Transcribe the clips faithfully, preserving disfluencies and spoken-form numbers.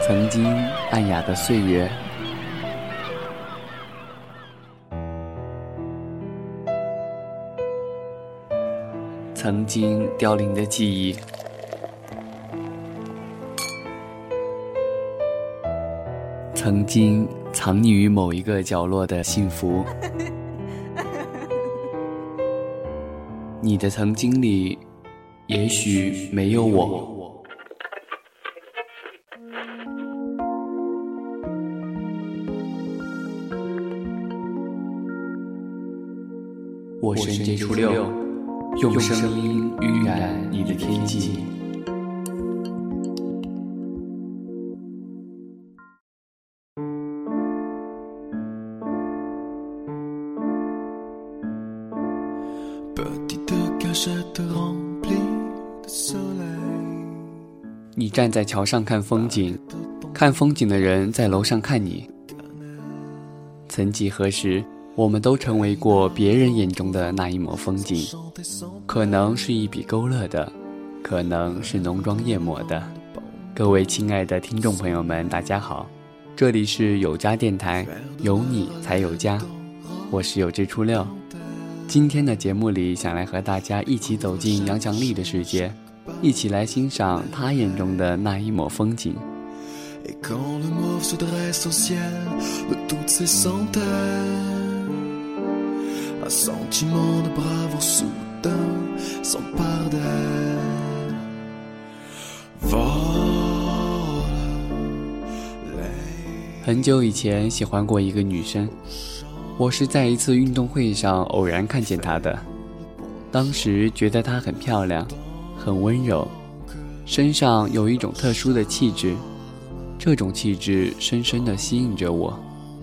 曾经暗哑的岁月，曾经凋零的记忆，曾经藏匿于某一个角落的幸福。你的曾经里，也许没有我。我是 J 初六，用声音晕染你的天际。你站在桥上看风景，看风景的人在楼上看你。曾几何时，我们都成为过别人眼中的那一抹风景，可能是一笔勾勒的，可能是浓妆艳抹的。各位亲爱的听众朋友们，大家好，这里是有家电台，有你才有家，我是有志初六。今天的节目里，想来和大家一起走进杨翔丽的世界，一起来欣赏他眼中的那一抹风景。很久以前喜欢过一个女生，我是在一次运动会上偶然看见她的，当时觉得她很漂亮，很温柔，身上有一种特殊的气质，这种气质深深地吸引着我。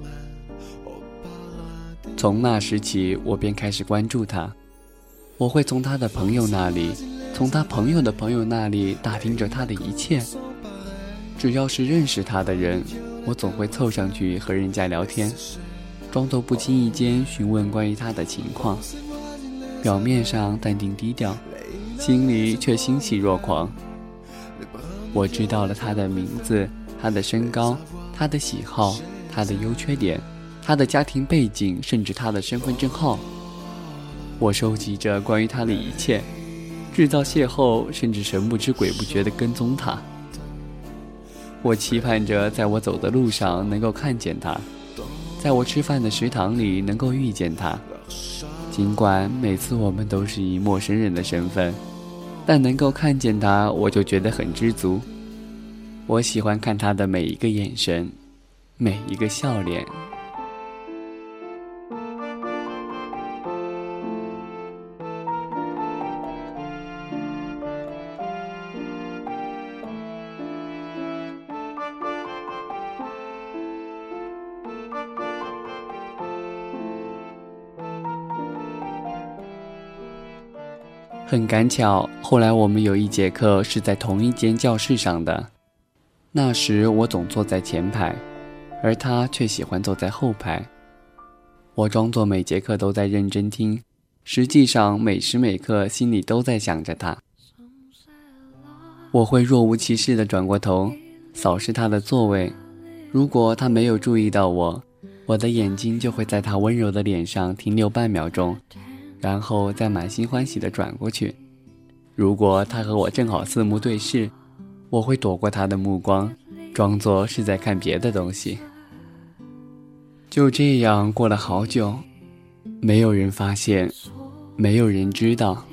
从那时起，我便开始关注她，我会从她的朋友那里，从她朋友的朋友那里打听着她的一切。只要是认识她的人，我总会凑上去和人家聊天，装作不经意间询问关于她的情况，表面上淡定低调，心里却欣喜若狂。我知道了她的名字，她的身高，她的喜好，她的优缺点，她的家庭背景，甚至她的身份证号。我收集着关于她的一切，制造邂逅，甚至神不知鬼不觉地跟踪她。我期盼着在我走的路上能够看见她，在我吃饭的食堂里能够遇见她。尽管每次我们都是以陌生人的身份，但能够看见她，我就觉得很知足。我喜欢看她的每一个眼神，每一个笑脸。很赶巧，后来我们有一节课是在同一间教室上的。那时我总坐在前排，而他却喜欢坐在后排。我装作每节课都在认真听，实际上每时每刻心里都在想着他。我会若无其事地转过头，扫视他的座位。如果他没有注意到我，我的眼睛就会在他温柔的脸上停留半秒钟，然后再满心欢喜地转过去。如果他和我正好四目对视，我会躲过他的目光，装作是在看别的东西。就这样过了好久，没有人发现，没有人知道。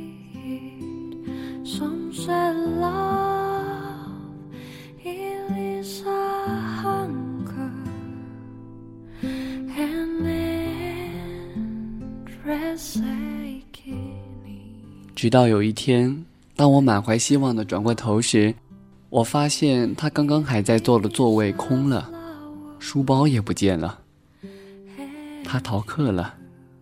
直到有一天，当我满怀希望地转过头时，我发现他刚刚还在坐的座位空了，书包也不见了，他逃课了。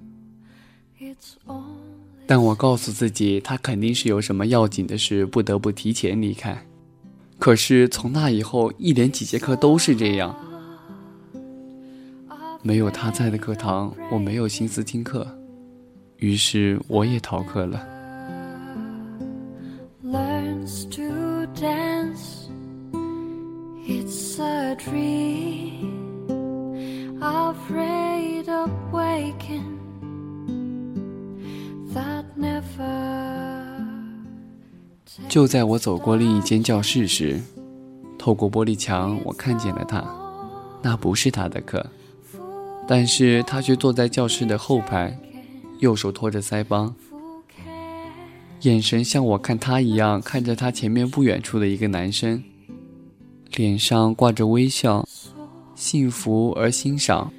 但我告诉自己，他肯定是有什么要紧的事，不得不提前离开。可是从那以后，一连几节课都是这样。没有他在的课堂，我没有心思听课，于是我也逃课了。 Learns to dance, it's 就在我走过另一间教室时，透过玻璃墙我看见了他。那不是他的课，但是他却坐在教室的后排，右手托着腮帮，眼神像我看他一样看着他前面不远处的一个男生，脸上挂着微笑，幸福而欣赏。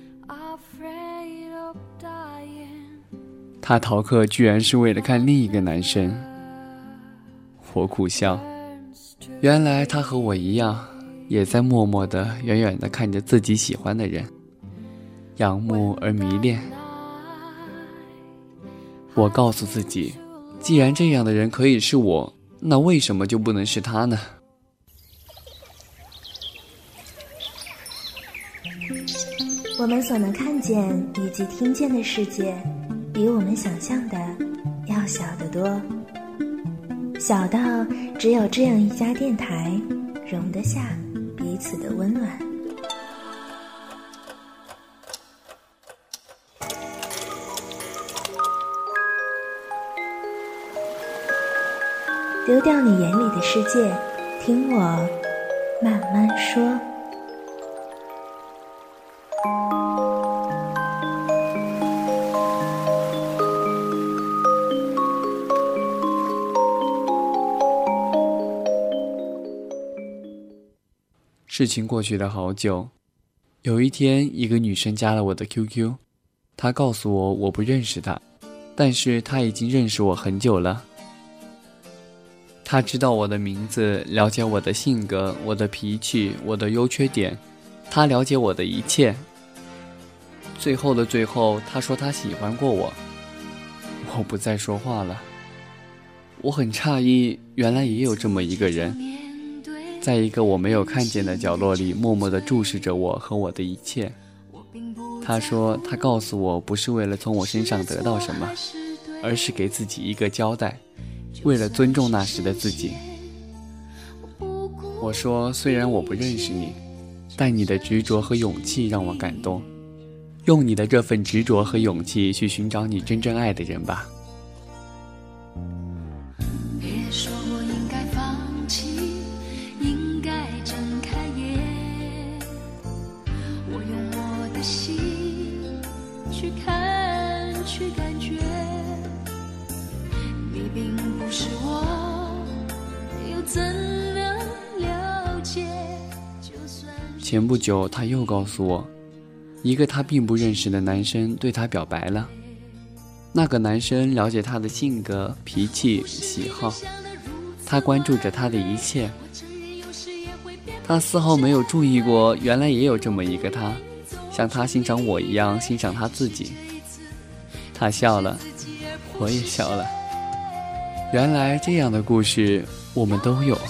他逃课居然是为了看另一个男生，我苦笑，原来他和我一样，也在默默地远远地看着自己喜欢的人，仰慕而迷恋。我告诉自己，既然这样的人可以是我，那为什么就不能是他呢？ 我们所能看见以及听见的世界，比我们想象的要小得多，小到只有这样一家电台容得下彼此的温暖。丢掉你眼里的世界，听我慢慢说。 事情过去了好久，有一天一个女生加了我的 Q Q， 她告诉我我不认识她，但是她已经认识我很久了。她知道我的名字，了解我的性格，我的脾气，我的优缺点，她了解我的一切。最后的最后，她说她喜欢过我，我不再说话了。我很诧异，原来也有这么一个人，在一个我没有看见的角落里默默地注视着我和我的一切。他说他告诉我不是为了从我身上得到什么，而是给自己一个交代，为了尊重那时的自己。我说虽然我不认识你，但你的执着和勇气让我感动，用你的这份执着和勇气去寻找你真正爱的人吧。 别说我应该放弃，应该睁开眼，我用我的心去看，去感觉，你并不是我，又怎能了解？就算前不久他又告诉我，一个他并不认识的男生对他表白了。那个男生了解他的性格、脾气、喜好，他关注着他的一切。他丝毫没有注意过，原来也有这么一个他，像他欣赏我一样欣赏他自己。他笑了，我也笑了。原来这样的故事我们都有。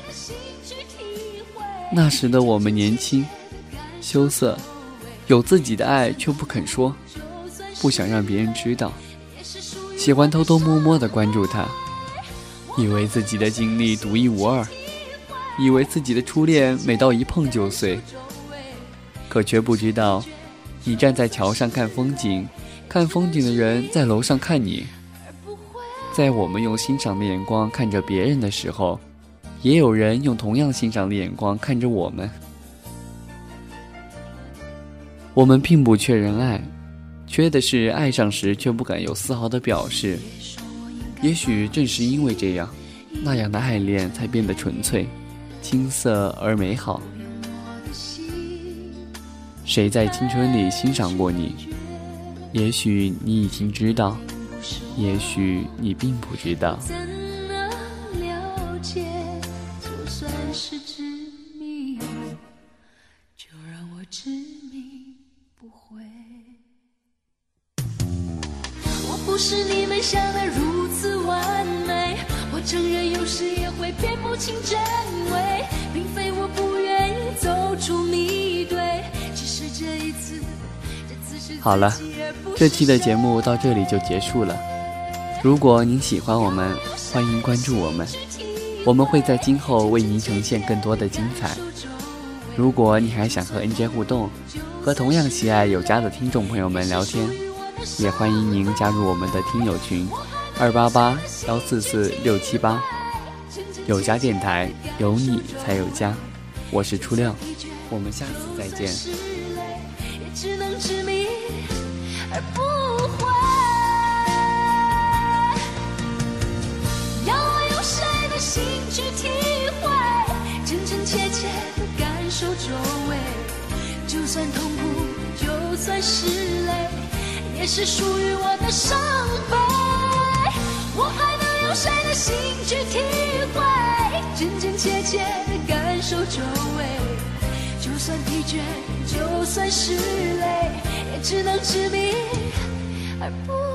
那时的我们年轻、羞涩，有自己的爱却不肯说，不想让别人知道，喜欢偷偷摸摸地关注他，以为自己的经历独一无二，以为自己的初恋美到一碰就碎，可却不知道，你站在桥上看风景，看风景的人在楼上看你。在我们用欣赏的眼光看着别人的时候，也有人用同样欣赏的眼光看着我们。我们并不缺人爱，缺的是爱上时却不敢有丝毫的表示。也许正是因为这样，那样的爱恋才变得纯粹、青涩而美好。谁在青春里欣赏过你？也许你已经知道，也许你并不知道。 怎能了解？就算是执迷，就让我执迷不悔。我不是你们想的如此完美，我承认有时也会辨不清真伪，并非我不愿意走出迷堆，只是这一次，这次是好了，这期的节目到这里就结束了。如果您喜欢我们，欢迎关注我们，我们会在今后为您呈现更多的精彩。如果你还想和 N J 互动，和同样喜爱有家的听众朋友们聊天，也欢迎您加入我们的听友群二八八幺四四六七八。有家电台，有你才有家。我是初亮，我们下次再见。 也只能执迷而不悔。要我用谁的心去体会真真切切的感受周围？就算痛苦，就算是泪，也是属于我的伤悲。我还能用谁的心去体会真真切切的感受周围？就算疲倦，就算是累，也只能执迷而不